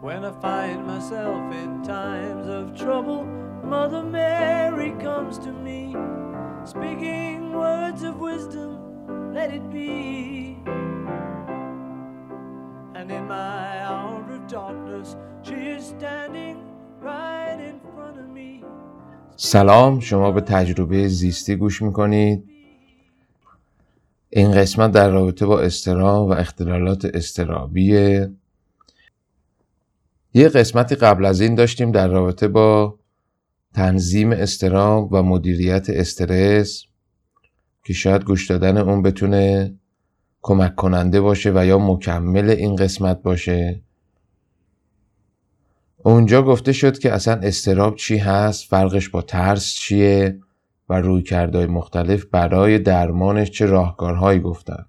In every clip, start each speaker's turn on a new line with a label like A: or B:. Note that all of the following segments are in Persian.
A: When I find myself in times of trouble, Mother Mary comes to me, speaking words of wisdom, let it be. And in my hour of darkness, she is standing right in front of me.
B: سلام، شما به تجربه زیستی گوش میکنید. این قسمت در رابطه با اضطراب و اختلالات اضطرابیه. یه قسمتی قبل از این داشتیم در رابطه با تنظیم اضطراب و مدیریت استرس که شاید گوش دادن اون بتونه کمک کننده باشه و یا مکمل این قسمت باشه. اونجا گفته شد که اصلا اضطراب چی هست، فرقش با ترس چیه و رویکردهای مختلف برای درمانش چه راهکارهایی گفتن.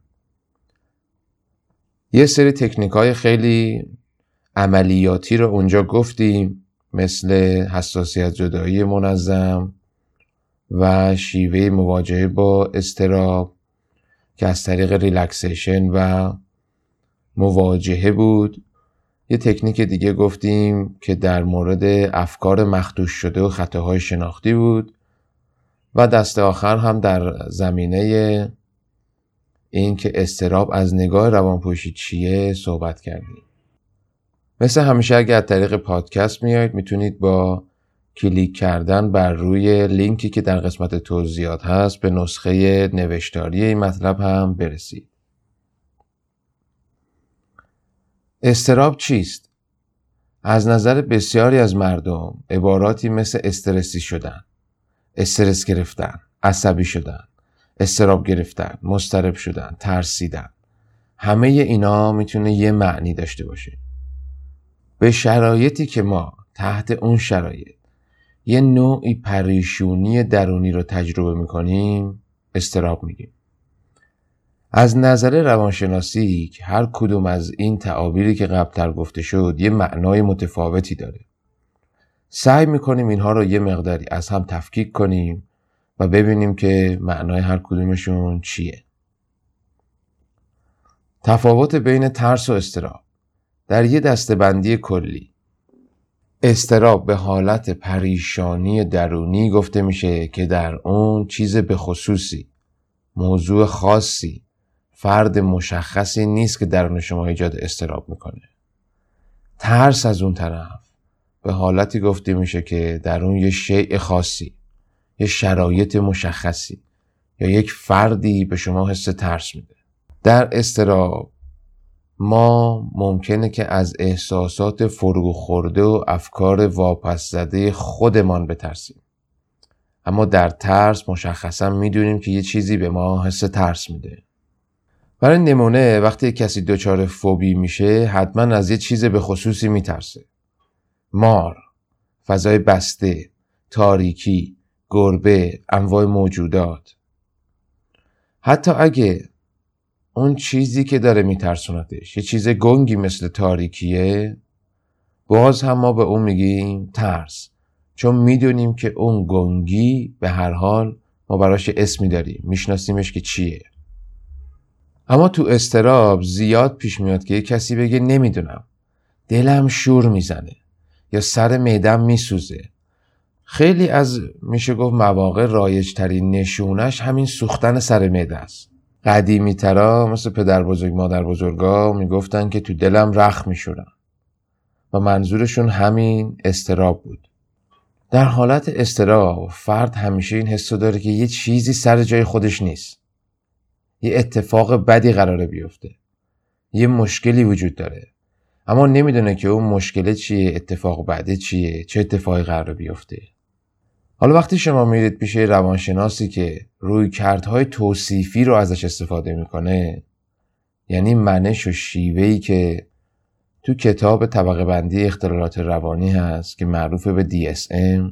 B: یه سری تکنیک‌های خیلی عملیاتی رو اونجا گفتیم، مثل حساسیت زدایی منظم و شیوه مواجهه با اضطراب که از طریق ریلکسیشن و مواجهه بود. یه تکنیک دیگه گفتیم که در مورد افکار مخدوش شده و خطاهای شناختی بود و دست آخر هم در زمینه این که اضطراب از نگاه روانپزشکی چیه صحبت کردیم. مثل همیشه اگه از طریق پادکست میایید میتونید با کلیک کردن بر روی لینکی که در قسمت توضیحات هست به نسخه نوشتاری این مطلب هم برسید. اضطراب چیست؟ از نظر بسیاری از مردم عباراتی مثل استرسی شدن، استرس گرفتن، عصبی شدن، اضطراب گرفتن، مضطرب شدن، ترسیدن، همه اینا میتونه یه معنی داشته باشه. به شرایطی که ما تحت اون شرایط یه نوعی پریشونی درونی رو تجربه میکنیم اضطراب میگیم. از نظر روانشناسی هر کدوم از این تعابیری که قبلتر گفته شد یه معنای متفاوتی داره. سعی میکنیم اینها رو یه مقداری از هم تفکیک کنیم و ببینیم که معنای هر کدومشون چیه. تفاوت بین ترس و اضطراب در یه دسته‌بندی کلی. اضطراب به حالت پریشانی درونی گفته میشه که در اون چیز به خصوصی، موضوع خاصی، فرد مشخصی نیست که درون شما ایجاد اضطراب میکنه. ترس از اون طرف به حالتی گفته میشه که در اون یه شیء خاصی، یه شرایط مشخصی یا یک فردی به شما حس ترس میده. در اضطراب ما ممکنه که از احساسات فرو خورده و افکار واپس زده خودمان بترسیم. اما در ترس مشخصا میدونیم که یه چیزی به ما حس ترس میده. برای نمونه وقتی کسی دچار فوبی میشه حتما از یه چیز به خصوصی میترسه. مار، فضای بسته، تاریکی، گربه، انواع موجودات. حتی اگه اون چیزی که داره میترسونتش یه چیز گنگی مثل تاریکیه، باز هم ما به اون میگیم ترس، چون میدونیم که اون گنگی به هر حال ما براش اسمی داریم، میشناسیمش که چیه. اما تو اضطراب زیاد پیش میاد که یه کسی بگه نمیدونم، دلم شور میزنه یا سر معدم میسوزه. خیلی از میشه گفت مواقع رایج ترین نشونش همین سوختن سر معده است. قدیمی ترا مثل پدر بزرگ مادر بزرگا میگفتن که تو دلم رخ میشورن و منظورشون همین اضطراب بود. در حالت اضطراب فرد همیشه این حسو داره که یه چیزی سر جای خودش نیست، یه اتفاق بدی قراره بیفته، یه مشکلی وجود داره، اما نمیدونه که اون مشکل چیه، اتفاق بعدی چیه، چه اتفاقی قراره بیفته. حالا وقتی شما میرید پیش روانشناسی که رویکردهای توصیفی رو ازش استفاده میکنه، یعنی منش و شیوهی که تو کتاب طبقه بندی اختلالات روانی هست که معروف به DSM،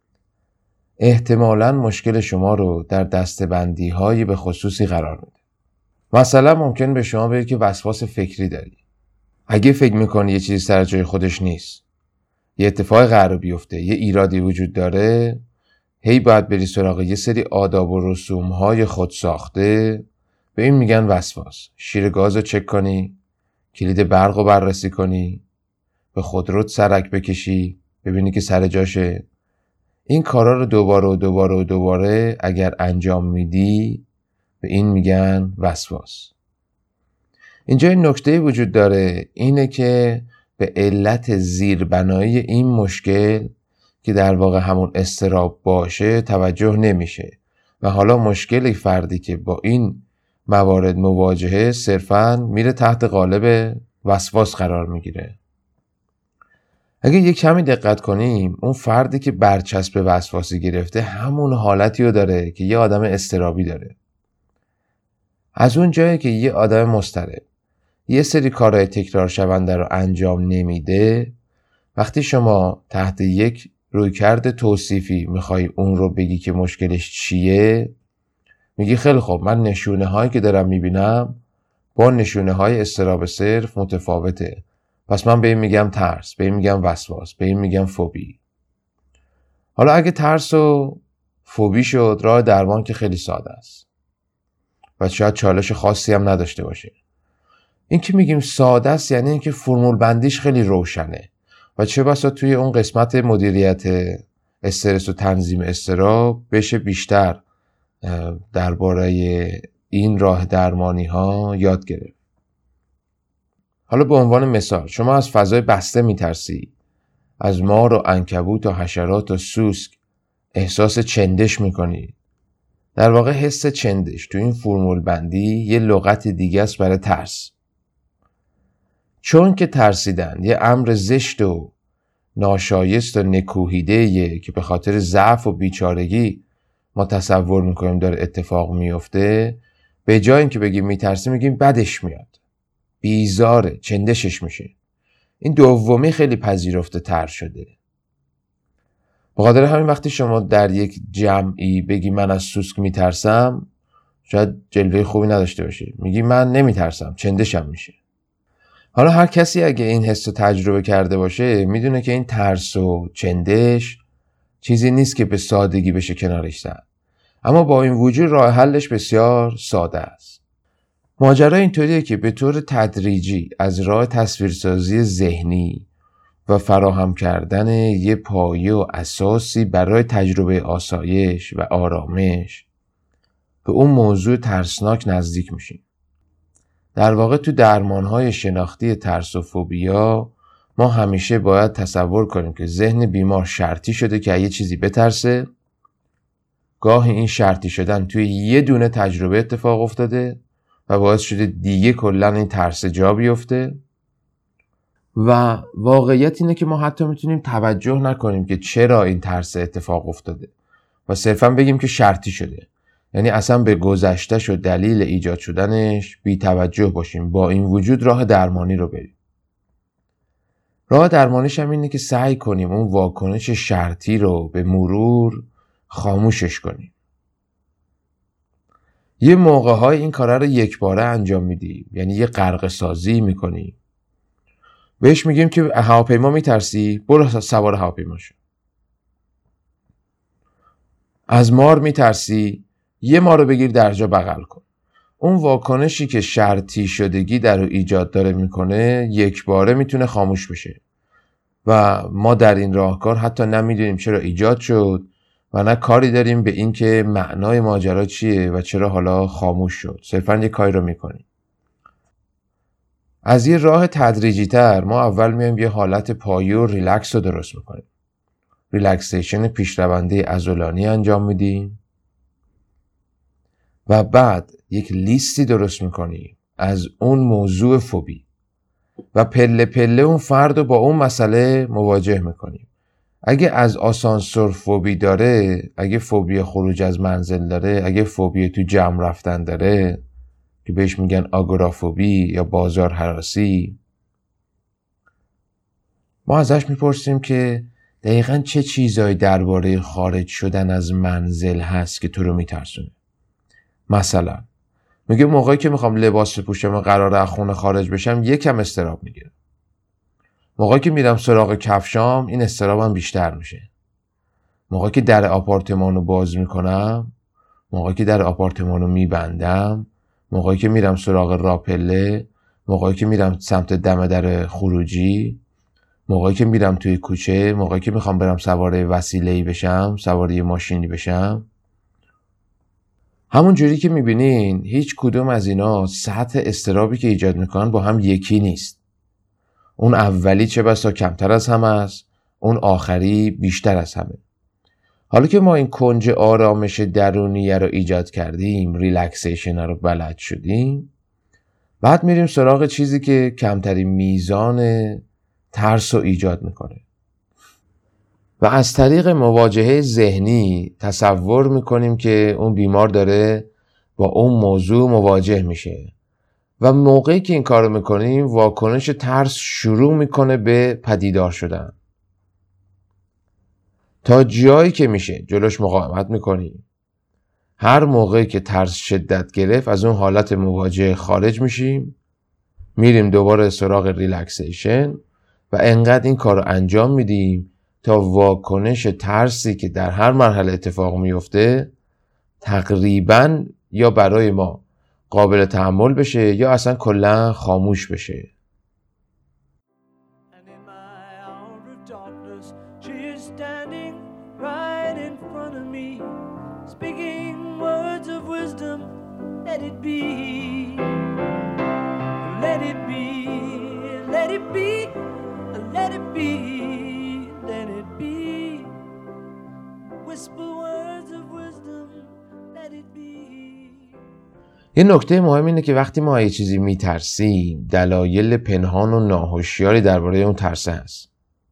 B: احتمالاً مشکل شما رو در دسته‌بندی های به خصوصی قرار میده. مثلا ممکن به شما بگه که وسواس فکری داری. اگه فکر میکنی یه چیزی سر جای خودش نیست، یه اتفاق قرار بیفته، یه ایرادی وجود داره، هی باید بری سراغ یه سری آداب و رسوم های خود ساخته، به این میگن وسواس. شیر گاز رو چک کنی، کلید برق رو بررسی کنی، به خودروت سرک بکشی ببینی که سر جاشه. این کارا رو دوباره اگر انجام میدی به این میگن وسواس. اینجا این نکته وجود داره، اینه که به علت زیربنایی این مشکل که در واقع همون اضطراب باشه توجه نمیشه و حالا مشکل فردی که با این موارد مواجهه صرفاً میره تحت قالب وسواس قرار میگیره. اگه یک کمی دقت کنیم اون فردی که برچسب وسواسی گرفته همون حالتی رو داره که یه آدم اضطرابی داره. از اون جایی که یه آدم مضطرب یه سری کارهای تکرار شونده رو انجام نمیده، وقتی شما تحت یک رویکرد توصیفی میخوای اون رو بگی که مشکلش چیه، میگی خیلی خب من نشونه هایی که دارم میبینم با نشونه های اضطراب صرف متفاوته، پس من به این میگم ترس، به این میگم وسواس، به این میگم فوبی. حالا اگه ترس و فوبی شد، راه درمان که خیلی ساده است و شاید چالش خاصی هم نداشته باشه. این که میگیم ساده است یعنی اینکه فرمول بندیش خیلی روشنه و چه بسا توی اون قسمت مدیریت استرس و تنظیم اضطراب بشه بیشتر درباره این راه درمانی ها یاد گرفت. حالا به عنوان مثال شما از فضای بسته میترسی، از مار و عنکبوت و حشرات و سوسک احساس چندش میکنی. در واقع حس چندش تو این فرمول بندی یه لغت دیگه است برای ترس. چون که ترسیدن یه امر زشت و ناشایست و نکوهیده‌ایه که به خاطر ضعف و بیچارگی ما تصور میکنیم داره اتفاق میفته، به جای اینکه بگیم میترسیم میگیم بدش میاد، بیزاره، چندشش میشه. این دومی خیلی پذیرفته تر شده. بخاطر همین وقتی شما در یک جمعی بگی من از سوسک میترسم شاید جلوه خوبی نداشته باشه، میگی من نمیترسم، چندشم میشه. حالا هر کسی اگه این حس رو تجربه کرده باشه میدونه که این ترس و چندش چیزی نیست که به سادگی بشه کنارش زد، اما با این وجود راه حلش بسیار ساده است. ماجرا اینطوریه که به طور تدریجی از راه تصویرسازی ذهنی و فراهم کردن یه پایه و اساسی برای تجربه آسایش و آرامش به اون موضوع ترسناک نزدیک میشیم. در واقع تو درمانهای شناختی ترس و فوبیا ما همیشه باید تصور کنیم که ذهن بیمار شرطی شده که یه چیزی بترسه، گاهی این شرطی شدن توی یه دونه تجربه اتفاق افتاده و باعث شده دیگه کلن این ترس جا بیفته و واقعیت اینه که ما حتی میتونیم توجه نکنیم که چرا این ترس اتفاق افتاده و صرفا بگیم که شرطی شده، یعنی اصلا به گذشته‌ش و دلیل ایجاد شدنش بی توجه باشیم، با این وجود راه درمانی رو بریم. راه درمانیش هم اینه که سعی کنیم اون واکنش شرطی رو به مرور خاموشش کنیم. یه موقع‌های این کارا رو یک باره انجام میدیم، یعنی یه غرقه سازی میکنیم. بهش میگیم که هواپیما میترسی، برو سوار هواپیما شو. از مار میترسی، یه مارو بگیر درجا بغل کن. اون واکنشی که شرطی شدگی در رو ایجاد داره میکنه یک باره میتونه خاموش بشه و ما در این راهکار حتی نمیدونیم چرا ایجاد شد و نه کاری داریم به این که معنای ماجرا چیه و چرا حالا خاموش شد، صرفاً یه کاری رو میکنیم. از یه راه تدریجی تر ما اول میایم یه حالت پایه و ریلکس رو درست میکنیم. ریلکسیشن پیشرونده عضلانی انجام میدیم و بعد یک لیستی درست میکنیم از اون موضوع فوبی و پله پله اون فرد رو با اون مسئله مواجه میکنیم. اگه از آسانسور فوبی داره، اگه فوبی خروج از منزل داره، اگه فوبی تو جمع رفتن داره که بهش میگن آگورافوبی یا بازار هراسی، ما ازش میپرسیم که دقیقاً چه چیزایی درباره خارج شدن از منزل هست که تو رو میترسونه. مثلا میگه موقعی که میخوام لباس بپوشم و قراره از خونه خارج بشم یکم اضطراب میگیرم. موقعی که میرم سراغ کفشام این اضطرابم بیشتر میشه. موقعی که در آپارتمانو باز میکنم، موقعی که در آپارتمانو میبندم، موقعی که میرم سراغ راپله، موقعی که میرم سمت دم در خروجی، موقعی که میرم توی کوچه، موقعی که میخوام برم سوار وسیله‌ای بشم، سوار یه ماشینی بشم. همون جوری که میبینین هیچ کدوم از اینا سطح اضطرابی که ایجاد میکنن با هم یکی نیست. اون اولی چه بسا کمتر از همه است، اون آخری بیشتر از همه. حالا که ما این کنج آرامش درونیه رو ایجاد کردیم، ریلکسیشن رو بلد شدیم، بعد میریم سراغ چیزی که کمترین میزان ترس رو ایجاد میکنه و از طریق مواجهه ذهنی تصور میکنیم که اون بیمار داره با اون موضوع مواجه میشه و موقعی که این کارو میکنیم واکنش ترس شروع میکنه به پدیدار شدن. تا جایی که میشه جلوش مقاومت میکنیم. هر موقعی که ترس شدت گرفت از اون حالت مواجهه خارج میشیم، میریم دوباره سراغ ریلکسیشن و انقدر این کار رو انجام میدیم تا واکنش ترسی که در هر مرحله اتفاق میفته تقریباً یا برای ما قابل تحمل بشه یا اصلا کلا خاموش بشه.
A: And in my hour of darkness, she is standing right in front of me, speaking words of wisdom. Let it be, let it be, let it be, let it be, let it be. Whisper words of wisdom, let it be.
B: یه نکته مهم اینه که وقتی ما یه چیزی میترسیم دلایل پنهان و ناهوشیاری درباره اون ترس هست.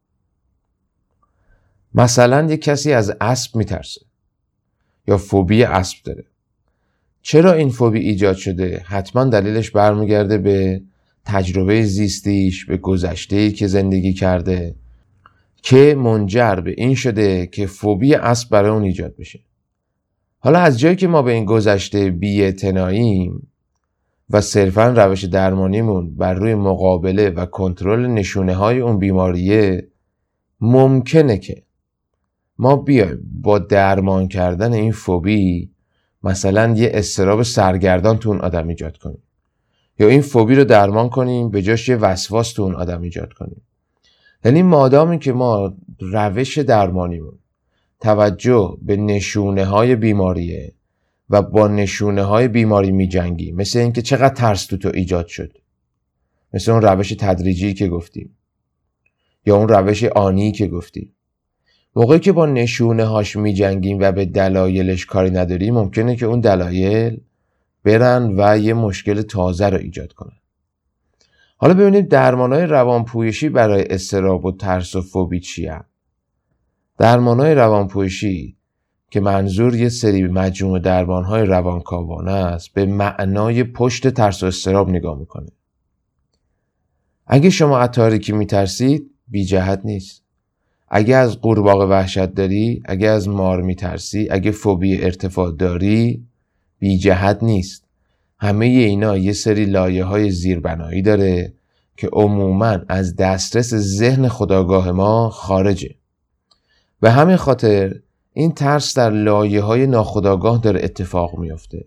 B: مثلا یک کسی از اسب میترسه یا فوبی اسب داره. چرا این فوبی ایجاد شده؟ حتما دلیلش برمیگرده به تجربه زیستیش، به گذشته‌ای که زندگی کرده که منجر به این شده که فوبی اسب برای اون ایجاد بشه. حالا از جایی که ما به این گذشته بی‌اعتناییم و صرفاً روش درمانیمون بر روی مقابله و کنترل نشونه‌های اون بیماریه، ممکنه که ما بیایم با درمان کردن این فوبی مثلا یه اضطراب سرگردان تو اون آدم ایجاد کنیم یا این فوبی رو درمان کنیم به جاش یه وسواس تو اون آدم ایجاد کنیم. یعنی مادامی که ما روش درمانیمون توجه به نشونه‌های بیماریه و با نشونه‌های بیماری می‌جنگیم، مثل اینکه چقدر ترس تو ایجاد شد، مثل اون روش تدریجی که گفتیم یا اون روش آنی که گفتیم. موقعی که با نشونه‌هاش می‌جنگیم و به دلایلش کاری نداریم، ممکنه که اون دلایل برن و یه مشکل تازه رو ایجاد کنن. حالا ببینید درمان‌های روانپویشی برای اضطراب و ترس و فوبی چیه؟ درمان‌های روانپویشی که منظور یه سری مجموعه درمان‌های روانکاوانه است به معنای پشت ترس و اضطراب نگاه میکنه. اگه شما از تاریکی میترسید بی جهت نیست. اگه از قورباغه وحشت داری، اگه از مار میترسی، اگه فوبی ارتفاع داری بی جهت نیست. همه اینا یه سری لایه‌های زیربنایی داره که عموماً از دسترس ذهن خودآگاه ما خارجه. به همین خاطر این ترس در لایه‌های ناخودآگاه داره اتفاق میفته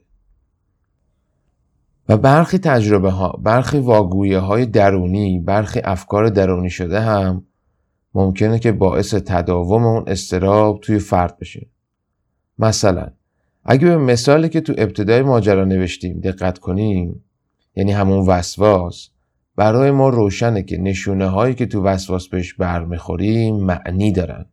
B: و برخی تجربه ها، برخی واگویه های درونی، برخی افکار درونی شده هم ممکنه که باعث تداوم اون اضطراب توی فرد بشه. مثلا اگه به مثالی که تو ابتدای ماجرا نوشتیم دقت کنیم، یعنی همون وسواس، برای ما روشنه که نشونه هایی که تو وسواس بهش برمیخوریم معنی دارن.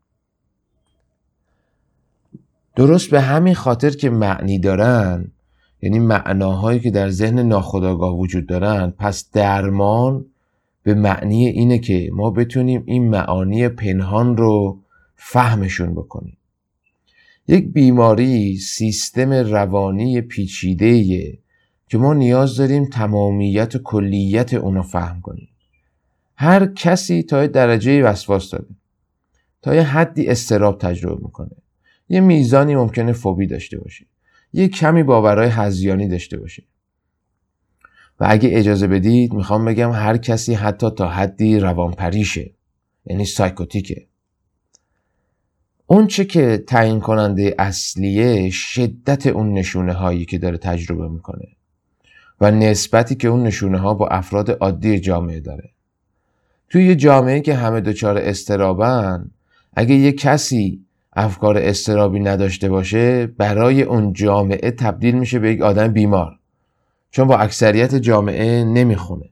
B: درست به همین خاطر که معنی دارن، یعنی معناهایی که در ذهن ناخودآگاه وجود دارن، پس درمان به معنی اینه که ما بتونیم این معانی پنهان رو فهمشون بکنیم. یک بیماری سیستم روانی پیچیده‌ایه که ما نیاز داریم تمامیت و کلیت اونو فهم کنیم. هر کسی تا یه درجه وسواس داره، تا یه حدی اضطراب تجربه میکنه، یه میزانی ممکنه فوبی داشته باشه، یه کمی باورهای هذیانی داشته باشه و اگه اجازه بدید میخوام بگم هر کسی حتی تا حدی روانپریشه، یعنی سایکوتیکه. اون چه که تعیین کننده اصلیه شدت اون نشونه هایی که داره تجربه میکنه و نسبتی که اون نشونه ها با افراد عادی جامعه داره. توی یه جامعه که همه دچار اضطرابن، اگه یه کسی افکار اضطرابی نداشته باشه، برای اون جامعه تبدیل میشه به یک آدم بیمار، چون با اکثریت جامعه نمیخونه.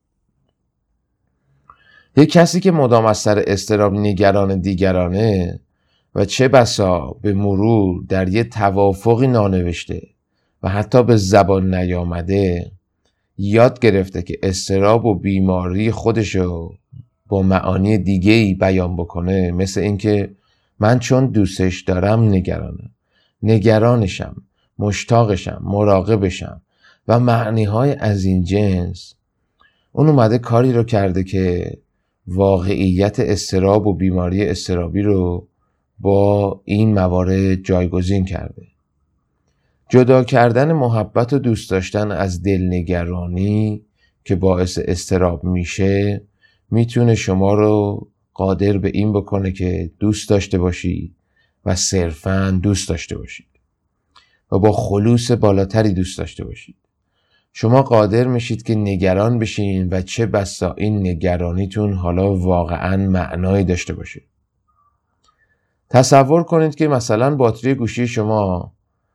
B: یه کسی که مدام از سر اضطراب نگران دیگرانه و چه بسا به مرور در یه توافقی نانوشته و حتی به زبان نیامده یاد گرفته که اضطراب و بیماری خودشو با معانی دیگه‌ای بیان بکنه، مثل اینکه من چون دوستش دارم نگرانشم، مشتاقشم، مراقبشم و معنی‌های از این جنس، اون اومده کاری رو کرده که واقعیت اضطراب و بیماری اضطرابی رو با این موارد جایگزین کرده. جدا کردن محبت و دوست داشتن از دلنگرانی که باعث اضطراب میشه، میتونه شما رو قادر به این بکنه که دوست داشته باشید و صرفاً دوست داشته باشید و با خلوص بالاتری دوست داشته باشید. شما قادر میشید که نگران بشین و چه بسا این نگرانیتون حالا واقعاً معنایی داشته باشه. تصور کنید که مثلا باتری گوشی شما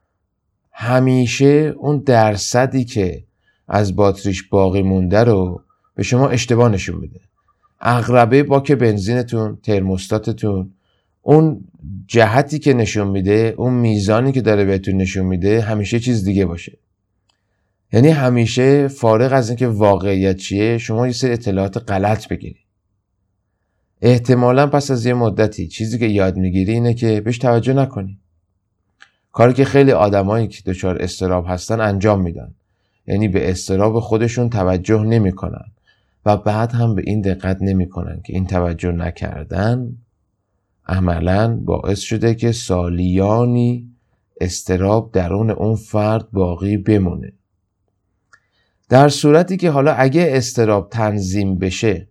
B: همیشه اون درصدی که از باتریش باقی مونده رو به شما اشتباه نشون میده. عقربه باک بنزینتون، ترموستاتتون، اون جهتی که نشون میده، اون میزانی که داره بهتون نشون میده، همیشه چیز دیگه باشه. یعنی همیشه فارغ از اینکه واقعیت چیه، شما یه سری اطلاعات غلط بگیری. احتمالاً پس از یه مدتی چیزی که یاد میگیری اینه که بهش توجه نکنی. کاری که خیلی آدمایی که دچار اضطراب هستن انجام میدن. یعنی به اضطراب خودشون توجه نمیکنن و بعد هم به این دقت نمیکنن که این توجه نکردن عملاً باعث شده که سالیانی اضطراب درون اون فرد باقی بمونه. در صورتی که حالا اگه اضطراب تنظیم بشه،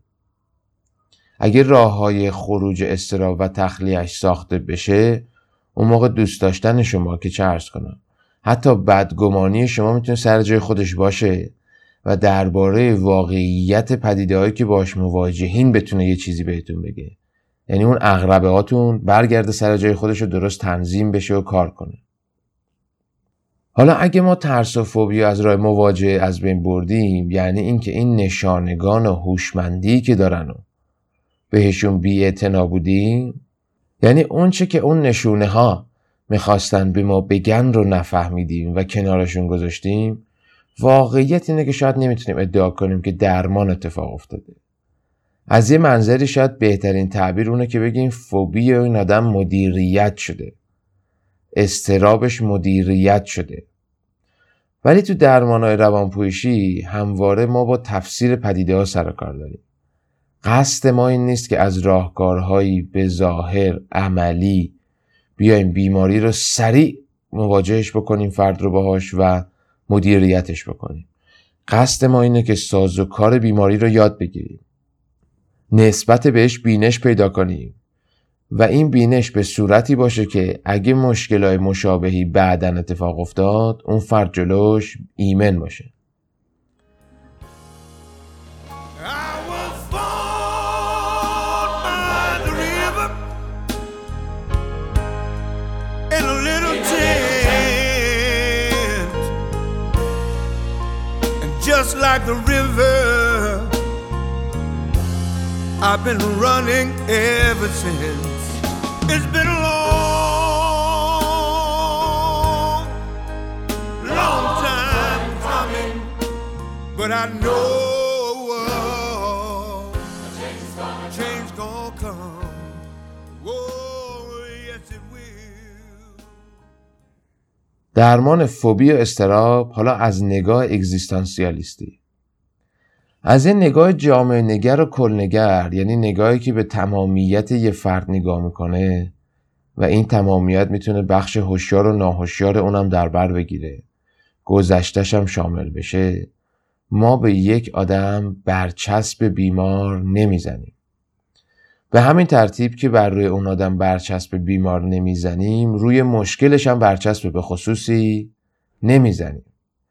B: اگه راه‌های خروج اضطراب و تخلیه‌اش ساخته بشه، اون موقع دوست داشتن شما که چه عرض کنم، حتی بدگمانی شما میتونه سر جای خودش باشه و درباره واقعیت پدیده‌هایی که باش مواجهین بتونه یه چیزی بهتون بگه. یعنی اون عقربه هاتون برگرده سر جای خودش رو درست تنظیم بشه و کار کنه. حالا اگه ما ترس و فوبیا از راه مواجهه از بین بردیم، یعنی این که این نشانگان و هوشمندی که دارن و بهشون بی‌اعتنا بودیم، یعنی اون چه که اون نشونه ها میخواستن به ما بگن رو نفهمیدیم و کنارشون گذاشتیم، واقعیت اینه که شاید نمیتونیم ادعا کنیم که درمان اتفاق افتاده. از یه منظری شاید بهترین تعبیر اونه که بگیم فوبیا این آدم مدیریت شده، اضطرابش مدیریت شده. ولی تو درمان‌های روانپویشی همواره ما با تفسیر پدیده ها سر کار داریم. قصد ما این نیست که از راهکارهایی به ظاهر عملی بیایم بیماری رو سریع مواجهش بکنیم، فرد رو باهاش و مدیریتش بکنیم. قصد ما اینه که سازوکار بیماری رو یاد بگیریم، نسبت بهش بینش پیدا کنیم و این بینش به صورتی باشه که اگه مشکلات مشابهی بعداً اتفاق افتاد، اون فرد جلوش ایمن باشه.
A: Just like the river, I've been running ever since. It's been a long time coming, but I know change gonna come. Oh, yes it will.
B: درمان فوبیا اضطراب حالا از نگاه اگزیستانسیالیستی، از این نگاه جامعه نگر و کلنگر، یعنی نگاهی که به تمامیت یه فرد نگاه میکنه و این تمامیت میتونه بخش هوشیار و ناهوشیار اونم در بر بگیره، گذشته‌ش هم شامل بشه. ما به یک آدم برچسب بیمار نمیزنیم. به همین ترتیب که بر روی اون آدم برچسب بیمار نمیزنیم، روی مشکلش هم برچسب به خصوصی نمیزنیم.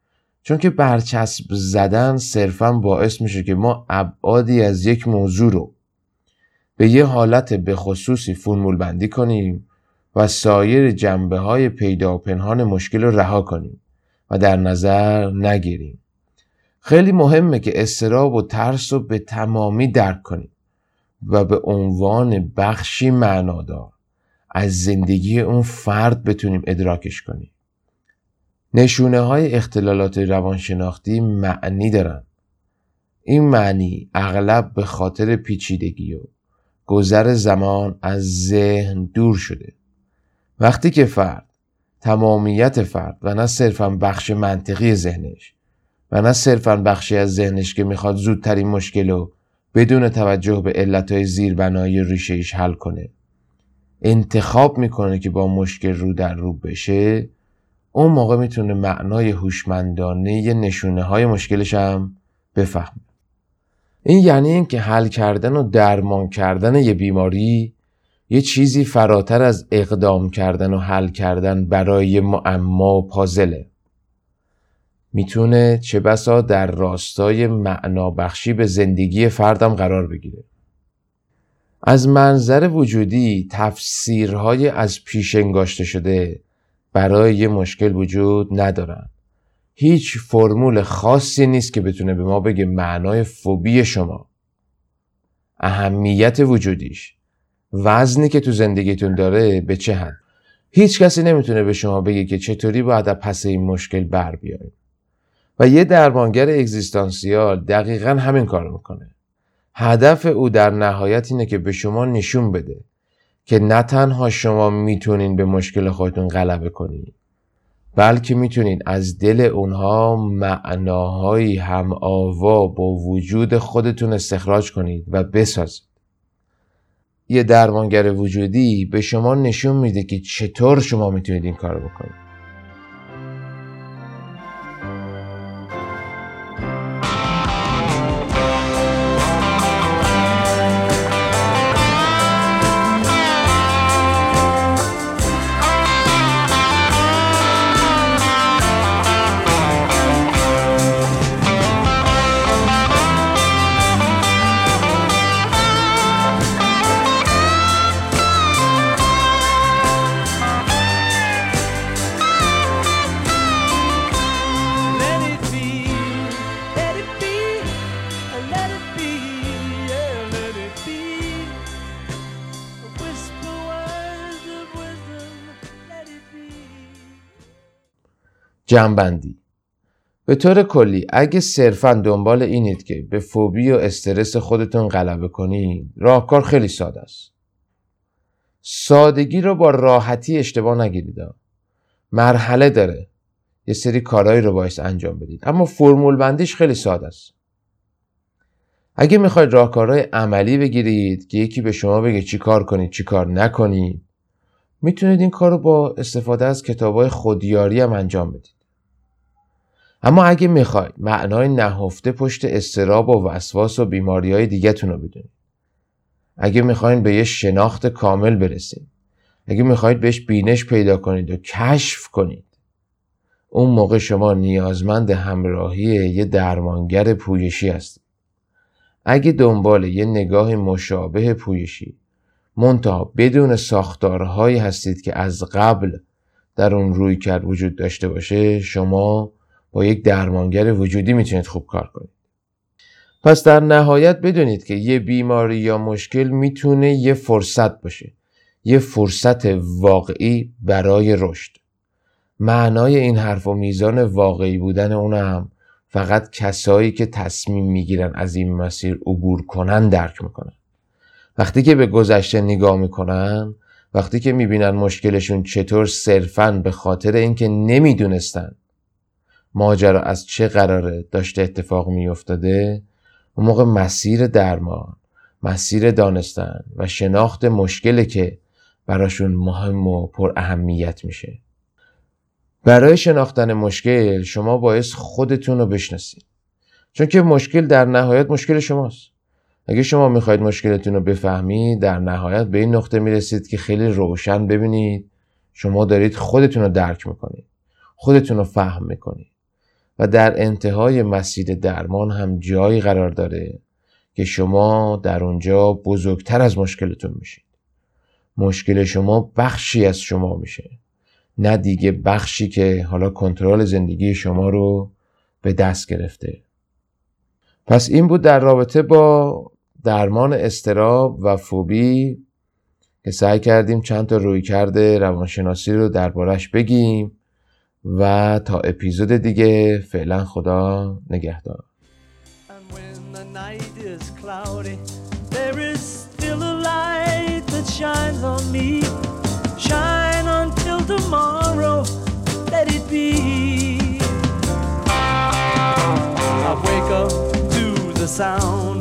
B: چون که برچسب زدن صرفاً باعث میشه که ما ابعادی از یک موضوع رو به یه حالت به خصوصی فرمول بندی کنیم و سایر جنبه‌های پیدا و پنهان مشکل رو رها کنیم و در نظر نگیریم. خیلی مهمه که اضطراب و ترس رو به تمامی درک کنیم و به عنوان بخشی معنادار از زندگی اون فرد بتونیم ادراکش کنیم. نشونه های اختلالات روانشناختی معنی دارن. این معنی اغلب به خاطر پیچیدگی و گذر زمان از ذهن دور شده. وقتی که فرد، تمامیت فرد و نه صرفاً بخش منطقی ذهنش و نه صرفاً بخشی از ذهنش که میخواد زودترین مشکل رو بدون توجه به علتهای زیربنایی ریشه‌ایش حل کنه، انتخاب میکنه که با مشکل رو در رو بشه، اون موقع میتونه معنای هوشمندانه نشونه های مشکلش هم بفهمه. این یعنی این که حل کردن و درمان کردن یه بیماری یه چیزی فراتر از اقدام کردن و حل کردن برای معما و پازله. میتونه چه بسا در راستای معنابخشی به زندگی فردم قرار بگیره. از منظر وجودی تفسیرهای از پیش انگاشته شده برای یه مشکل وجود ندارن. هیچ فرمول خاصی نیست که بتونه به ما بگه معنای فوبی شما، اهمیت وجودیش، وزنی که تو زندگیتون داره به چه حد. هیچ کسی نمیتونه به شما بگه که چطوری باید از پس این مشکل بر بیایید. و یه درمانگر اگزیستانسیال دقیقاً همین کار میکنه. هدف او در نهایت اینه که به شما نشون بده که نه تنها شما میتونین به مشکل خودتون غلبه کنید، بلکه میتونین از دل اونها معناهایی هم آوا با وجود خودتون استخراج کنید و بسازید. یه درمانگر وجودی به شما نشون میده که چطور شما میتونید این کارو بکنید. جمع‌بندی. به طور کلی اگه صرفاً دنبال اینید که به فوبی و استرس خودتون غلبه کنید، راهکار خیلی ساده است. سادگی رو با راحتی اشتباه نگیرید. مرحله داره. یه سری کارهایی رو باید انجام بدید. اما فرمول بندیش خیلی ساده است. اگه میخواید راهکارهای عملی بگیرید که یکی به شما بگه چی کار کنید چی کار نکنید، میتونید این کار رو با استفاده از کتاب‌های خودیاری هم انجام بدید. اما اگه میخواید معنای نهفته پشت اضطراب و وسواس و بیماری‌های دیگه‌تون رو بدونید، اگه میخواید به یه شناخت کامل برسید، اگه میخواید بهش بینش پیدا کنید و کشف کنید، اون موقع شما نیازمند همراهی یه درمانگر پویشی هستید. اگه دنبال یه نگاه مشابه پویشی منتها بدون ساختارهایی هستید که از قبل در اون رویکرد وجود داشته باشه، شما با یک درمانگر وجودی میتونید خوب کار کنید. پس در نهایت بدونید که یه بیماری یا مشکل میتونه یه فرصت باشه، یه فرصت واقعی برای رشد. معنای این حرف و میزان واقعی بودن اونم فقط کسایی که تصمیم میگیرن از این مسیر عبور کنن درک میکنن. وقتی که به گذشته نگاه میکنن، وقتی که میبینن مشکلشون چطور صرفاً به خاطر اینکه نمیدونستن ماجرا از چه قراره داشته اتفاق میافتاده، اون موقع مسیر درمان، مسیر دانستن و شناخت مشکلی که براشون مهم و پر اهمیت میشه. برای شناختن مشکل شما باید خودتون رو بشناسید، چون که مشکل در نهایت مشکل شماست. اگه شما میخواید مشکلتون رو بفهمید، در نهایت به این نقطه میرسید که خیلی روشن ببینید شما دارید خودتون رو درک میکنید، خودتون رو فهم میکنید و در انتهای مسیر درمان هم جایی قرار داره که شما در اونجا بزرگتر از مشکلتون میشید. مشکل شما بخشی از شما میشه، نه دیگه بخشی که حالا کنترل زندگی شما رو به دست گرفته. پس این بود در رابطه با درمان اضطراب و فوبی که سعی کردیم چند تا رویکرد روانشناسی رو دربارش بگیم و تا اپیزود دیگه فعلا خدا نگهدار.
A: Sound